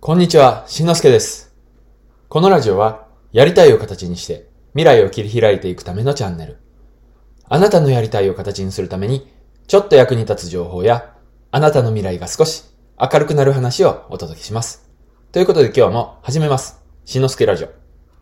こんにちは、しんのすけです。このラジオは、やりたいを形にして、未来を切り開いていくためのチャンネル。あなたのやりたいを形にするために、ちょっと役に立つ情報や、あなたの未来が少し明るくなる話をお届けします。ということで今日も始めます。しんのすけラジオ。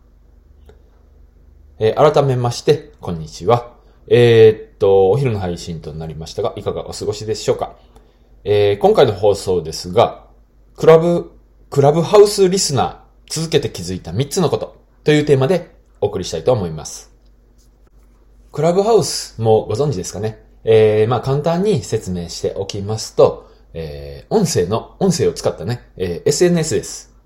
改めまして、こんにちは。お昼の配信となりましたが、いかがお過ごしでしょうか。今回の放送ですが、クラブハウスリスナー、続けて気づいた3つのことというテーマでお送りしたいと思います。クラブハウスもご存知ですかね。簡単に説明しておきますと、音声を使ったね、SNS です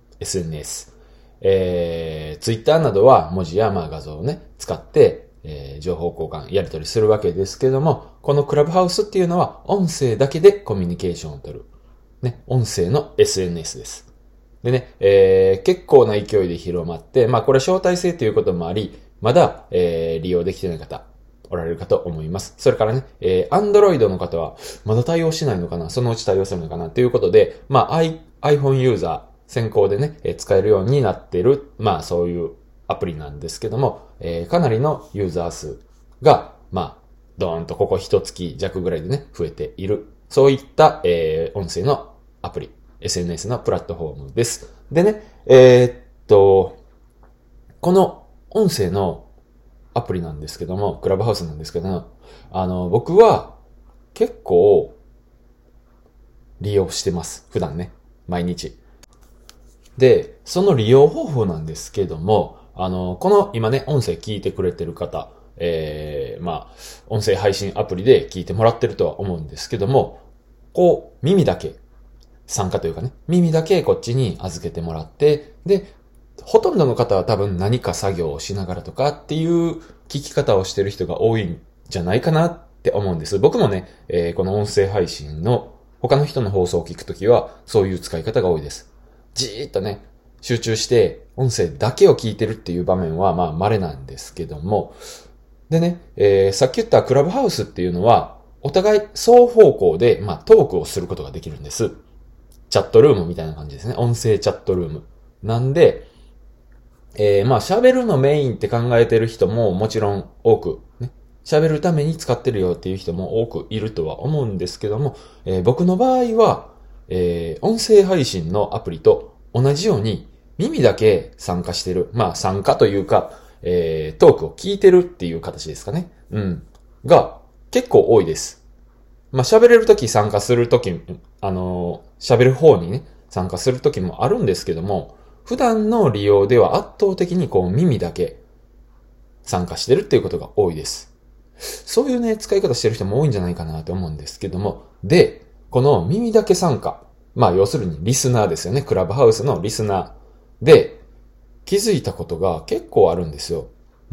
。SNS。Twitter などは文字や画像をね、使って、情報交換、やり取りするわけですけども、このクラブハウスっていうのは音声だけでコミュニケーションを取る。ね、音声の SNS です。でね、結構な勢いで広まって、これ招待制ということもあり、まだ、利用できてない方、おられるかと思います。それからね、Android の方は、まだ対応しないのかな、そのうち対応するのかなということで、iPhone ユーザー、先行でね、使えるようになっている、そういうアプリなんですけども、かなりのユーザー数が、ドーンとここ一月弱ぐらいでね、増えている。そういった、音声のアプリ。SNS のプラットフォームです。でね、この音声のアプリなんですけども、クラブハウスなんですけども、僕は結構利用してます。普段ね。毎日。で、その利用方法なんですけども、この今ね、音声聞いてくれてる方、音声配信アプリで聞いてもらってるとは思うんですけども、耳だけ、参加というかね、耳だけこっちに預けてもらって、で、ほとんどの方は多分何か作業をしながらとかっていう聞き方をしてる人が多いんじゃないかなって思うんです。僕もね、この音声配信の他の人の放送を聞くときはそういう使い方が多いです。じーっとね、集中して音声だけを聞いてるっていう場面は稀なんですけども、でね、さっき言ったクラブハウスっていうのはお互い双方向でトークをすることができるんです。チャットルームみたいな感じですね。音声チャットルーム。なんで、喋るのメインって考えてる人ももちろん多く、ね、喋るために使ってるよっていう人も多くいるとは思うんですけども、僕の場合は、音声配信のアプリと同じように耳だけ参加してる。参加というか、トークを聞いてるっていう形ですかね。が結構多いです。喋れるとき参加するとき、喋る方にね、参加するときもあるんですけども、普段の利用では圧倒的に耳だけ参加してるっていうことが多いです。そういうね、使い方してる人も多いんじゃないかなと思うんですけども、で、この耳だけ参加、要するにリスナーですよね。クラブハウスのリスナーで気づいたことが結構あるんですよ。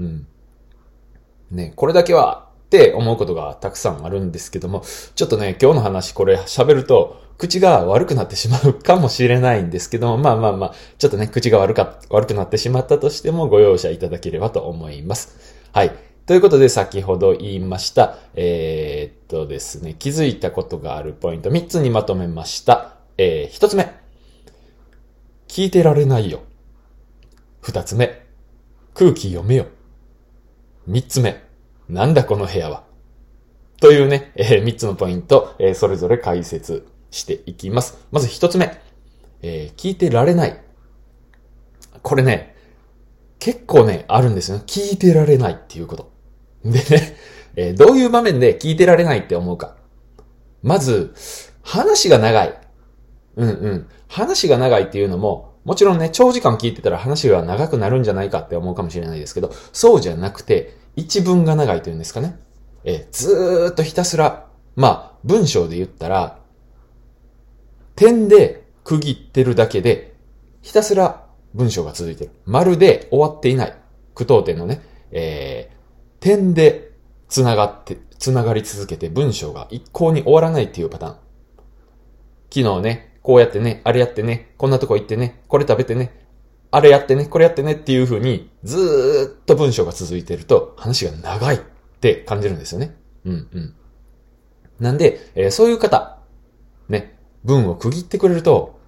ね、これだけはって思うことがたくさんあるんですけども、ちょっとね、今日の話これ喋ると、口が悪くなってしまうかもしれないんですけども、ちょっとね、口が悪くなってしまったとしてもご容赦いただければと思います。はい。ということで、先ほど言いました、ですね、気づいたことがあるポイント3つにまとめました。1つ目。聞いてられないよ。2つ目。空気読めよ。3つ目。なんだこの部屋は。というね、3つのポイント、それぞれ解説していきます。まず1つ目。聞いてられない。これね、結構ね、あるんですよ。聞いてられないっていうこと。でね、どういう場面で聞いてられないって思うか。まず、話が長い。話が長いっていうのも、もちろんね、長時間聞いてたら話が長くなるんじゃないかって思うかもしれないですけど、そうじゃなくて、一文が長いというんですかね。ずーっとひたすら、文章で言ったら、点で区切ってるだけで、ひたすら文章が続いてる。まるで終わっていない。句読点のね、点で繋がり続けて文章が一向に終わらないっていうパターン。昨日ね、こうやってね、あれやってね、こんなとこ行ってね、これ食べてね、あれやってね、これやってねっていう風に、ずーっと文章が続いてると、話が長いって感じるんですよね。なんで、そういう方、ね、文を区切ってくれると、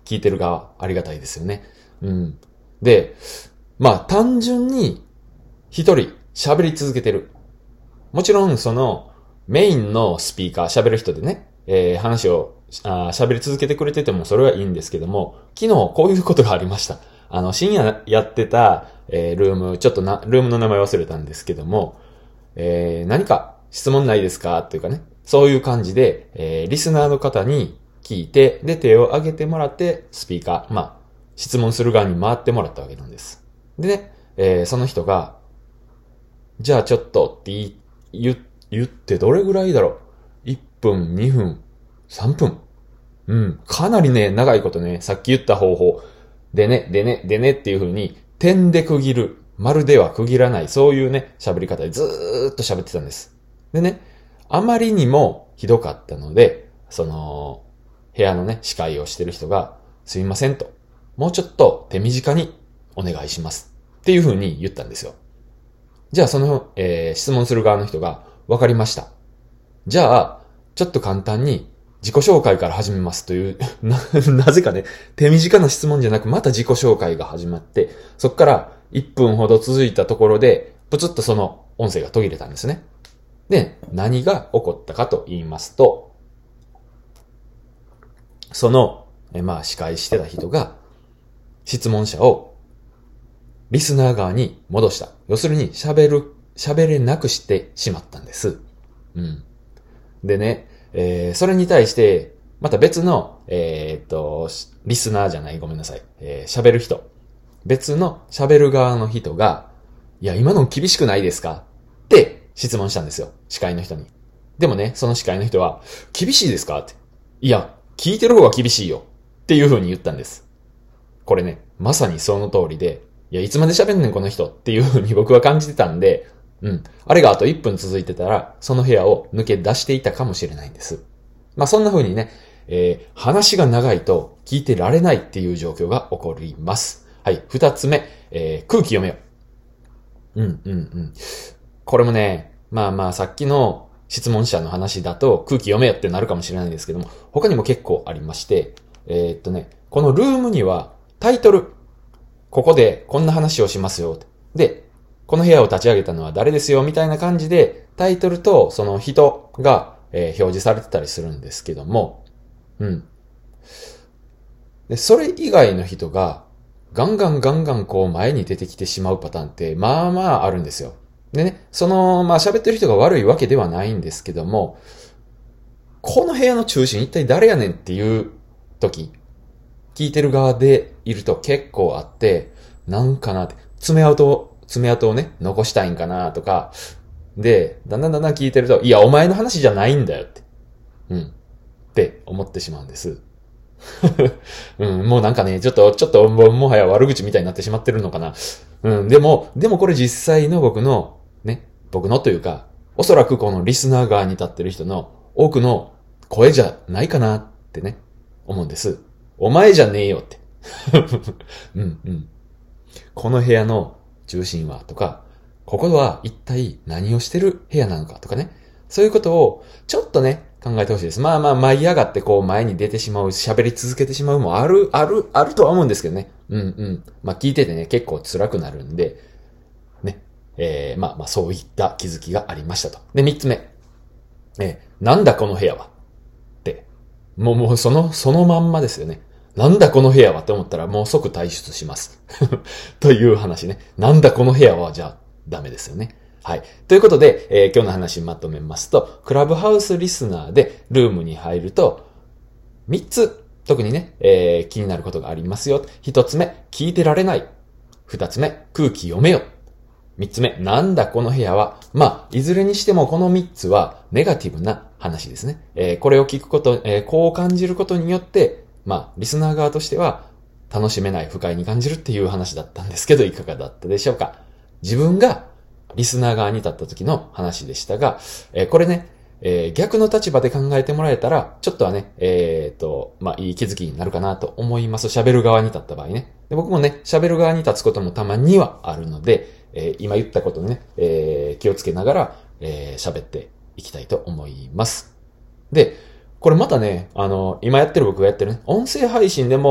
聞いてる側ありがたいですよね。うん。で、まあ単純に一人喋り続けてる。もちろんそのメインのスピーカー喋る人でね、話を喋り続けてくれててもそれはいいんですけども、昨日こういうことがありました。深夜やってた、ルーム、ちょっとルームの名前忘れたんですけども、何か質問ないですかっていうかね、そういう感じで、リスナーの方に聞いて、で、手を挙げてもらって、スピーカー、質問する側に回ってもらったわけなんです。でね、その人が、じゃあちょっとって言ってどれぐらいだろう ?1 分、2分、3分。うん。かなりね、長いことね、さっき言った方法。でねっていう風に、点で区切る。丸では区切らない。そういうね、喋り方でずーっと喋ってたんです。でね、あまりにもひどかったので、部屋のね、司会をしてる人が、すいませんと。もうちょっと手短にお願いします。っていう風に言ったんですよ。じゃあ質問する側の人が、わかりました。じゃあ、ちょっと簡単に自己紹介から始めますというなぜかね、手短な質問じゃなくまた自己紹介が始まって、そこから1分ほど続いたところで、プツッとその音声が途切れたんですね。で、何が起こったかと言いますと、司会してた人が、質問者をリスナー側に戻した。要するに喋れなくしてしまったんです。うん。でね、それに対して、また別の、リスナーじゃない、ごめんなさい。喋る人。別の喋る側の人が、いや、今の厳しくないですかって質問したんですよ。司会の人に。でもね、その司会の人は、厳しいですかって。いや、聞いてる方が厳しいよ。っていう風に言ったんです。これね、まさにその通りで、いや、いつまで喋んねんこの人っていう風に僕は感じてたんで、あれがあと1分続いてたら、その部屋を抜け出していたかもしれないんです。そんな風にね、話が長いと聞いてられないっていう状況が起こります。はい、2つ目、空気読めよ。これもね、さっきの質問者の話だと空気読めよってなるかもしれないんですけども、他にも結構ありまして、このルームにはタイトル、ここでこんな話をしますよ。で、この部屋を立ち上げたのは誰ですよみたいな感じで、タイトルとその人が、表示されてたりするんですけども、で、それ以外の人が、ガンガンこう前に出てきてしまうパターンって、あるんですよ。でね、喋ってる人が悪いわけではないんですけども、この部屋の中心一体誰やねんっていう時、聞いてる側でいると結構あって、なんかなって、爪痕をね、残したいんかなとか、で、だんだん聞いてると、いや、お前の話じゃないんだよって。って思ってしまうんです。もうなんかね、ちょっと、もはや悪口みたいになってしまってるのかな。でもこれ実際の僕のというか、おそらくこのリスナー側に立ってる人の多くの声じゃないかなってね、思うんです。お前じゃねえよって。この部屋の中心はとか、ここは一体何をしてる部屋なのかとかね。そういうことをちょっとね、考えてほしいです。舞い上がってこう前に出てしまう、喋り続けてしまうもあるとは思うんですけどね。聞いててね、結構辛くなるんで、ね。そういった気づきがありましたと。で、3つ目。なんだこの部屋はって。もうそのまんまですよね。なんだこの部屋はって思ったらもう即退出します。という話ね。なんだこの部屋はじゃあダメですよね。はい。ということで、今日の話まとめますと、クラブハウスリスナーでルームに入ると、3つ、特にね、気になることがありますよ。1つ目、聞いてられない。2つ目、空気読めよ。3つ目、なんだこの部屋は。いずれにしてもこの3つはネガティブな話ですね。これを聞くこと、こう感じることによって、リスナー側としては楽しめない、不快に感じるっていう話だったんですけど、いかがだったでしょうか。自分がリスナー側に立った時の話でしたが、これね、逆の立場で考えてもらえたら、ちょっとはね、いい気づきになるかなと思います。喋る側に立った場合ね。で僕もね、喋る側に立つこともたまにはあるので、今言ったことね、気をつけながら、喋っていきたいと思います。で、これまたね、今やってる僕がやってるね、音声配信でも、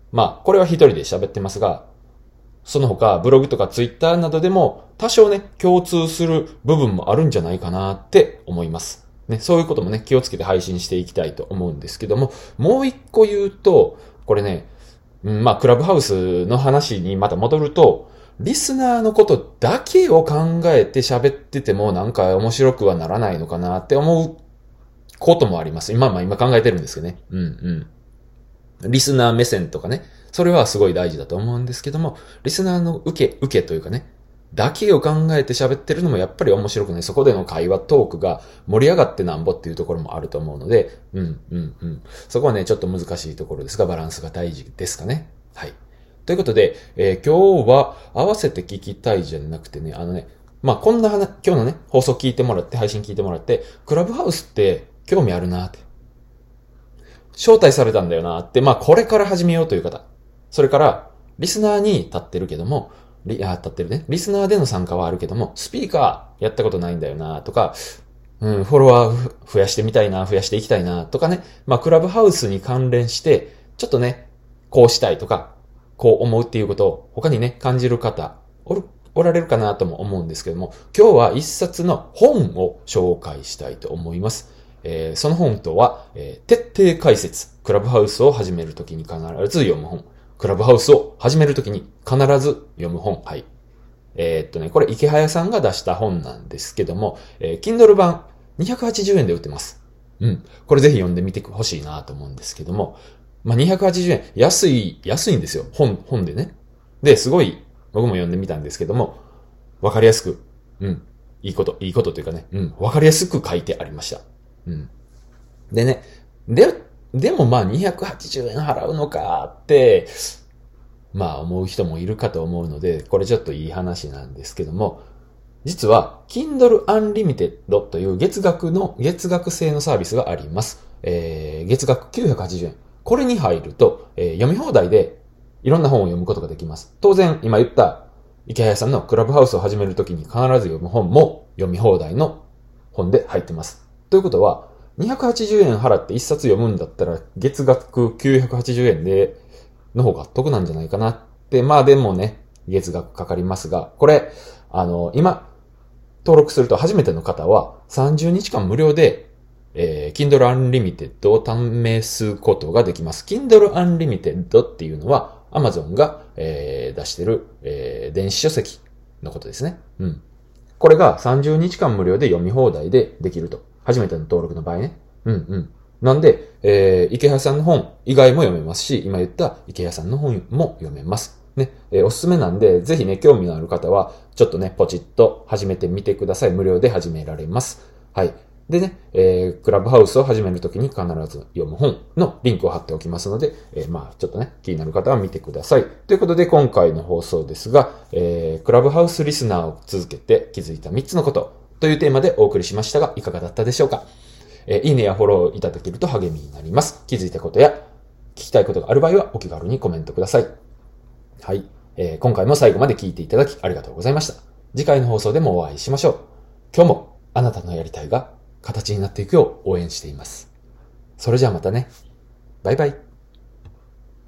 まあ、これは一人で喋ってますが、その他、ブログとかツイッターなどでも多少ね、共通する部分もあるんじゃないかなって思います。ね、そういうこともね、気をつけて配信していきたいと思うんですけども、もう一個言うと、これね、まあ、クラブハウスの話にまた戻ると、リスナーのことだけを考えて喋っててもなんか面白くはならないのかなって思うこともあります。今考えてるんですけどね。リスナー目線とかね、それはすごい大事だと思うんですけども、リスナーの受けというかね、だけを考えて喋ってるのもやっぱり面白くない。そこでの会話トークが盛り上がってなんぼっていうところもあると思うので、そこはね、ちょっと難しいところですが、バランスが大事ですかね。はい。ということで、今日は合わせて聞きたいじゃなくてね、まあ、こんな話、今日のね、放送聞いてもらって、配信聞いてもらって、クラブハウスって興味あるなって。招待されたんだよなって、まあ、これから始めようという方。それから、リスナーに立ってるけども、立ってるね。リスナーでの参加はあるけども、スピーカーやったことないんだよなとか、フォロワー増やしてみたいな、増やしていきたいなとかね。まあ、クラブハウスに関連して、ちょっとね、こうしたいとか、こう思うっていうことを他にね、感じる方、おられるかなとも思うんですけども、今日は一冊の本を紹介したいと思います。その本とは、徹底解説。クラブハウスを始めるときに必ず読む本。クラブハウスを始めるときに必ず読む本。はい。これ池早さんが出した本なんですけども、Kindle 版280円で売ってます。これぜひ読んでみてほしいなと思うんですけども、まあ、280円、安いんですよ。本でね。で、すごい、僕も読んでみたんですけども、わかりやすく、いいことというかね、わかりやすく書いてありました。でね、でもまあ280円払うのかって、まあ思う人もいるかと思うので、これちょっといい話なんですけども、実は Kindle Unlimited という月額制のサービスがあります。月額980円。これに入ると、読み放題でいろんな本を読むことができます。当然、今言った池谷さんのクラブハウスを始めるときに必ず読む本も読み放題の本で入ってます。ということは、280円払って一冊読むんだったら月額980円での方が得なんじゃないかなって。まあでもね、月額かかりますが、これ、今、登録すると初めての方は30日間無料で、Kindle Unlimited を試すことができます。Kindle Unlimited っていうのは Amazon が、出してる、電子書籍のことですね。これが30日間無料で読み放題でできると。初めての登録の場合ね。なんで、池谷さんの本以外も読めますし、今言った池谷さんの本も読めます。ね、おすすめなんで、ぜひね、興味のある方は、ちょっとね、ポチッと始めてみてください。無料で始められます。はい。でね、クラブハウスを始めるときに必ず読む本のリンクを貼っておきますので、まあちょっとね、気になる方は見てください。ということで、今回の放送ですが、クラブハウスリスナーを続けて気づいた3つのことというテーマでお送りしましたが、いかがだったでしょうか。いいねやフォローいただけると励みになります。気づいたことや聞きたいことがある場合はお気軽にコメントください。はい。今回も最後まで聞いていただきありがとうございました。次回の放送でもお会いしましょう。今日もあなたのやりたいが形になっていくよう応援しています。それじゃあまたね。バイバイ。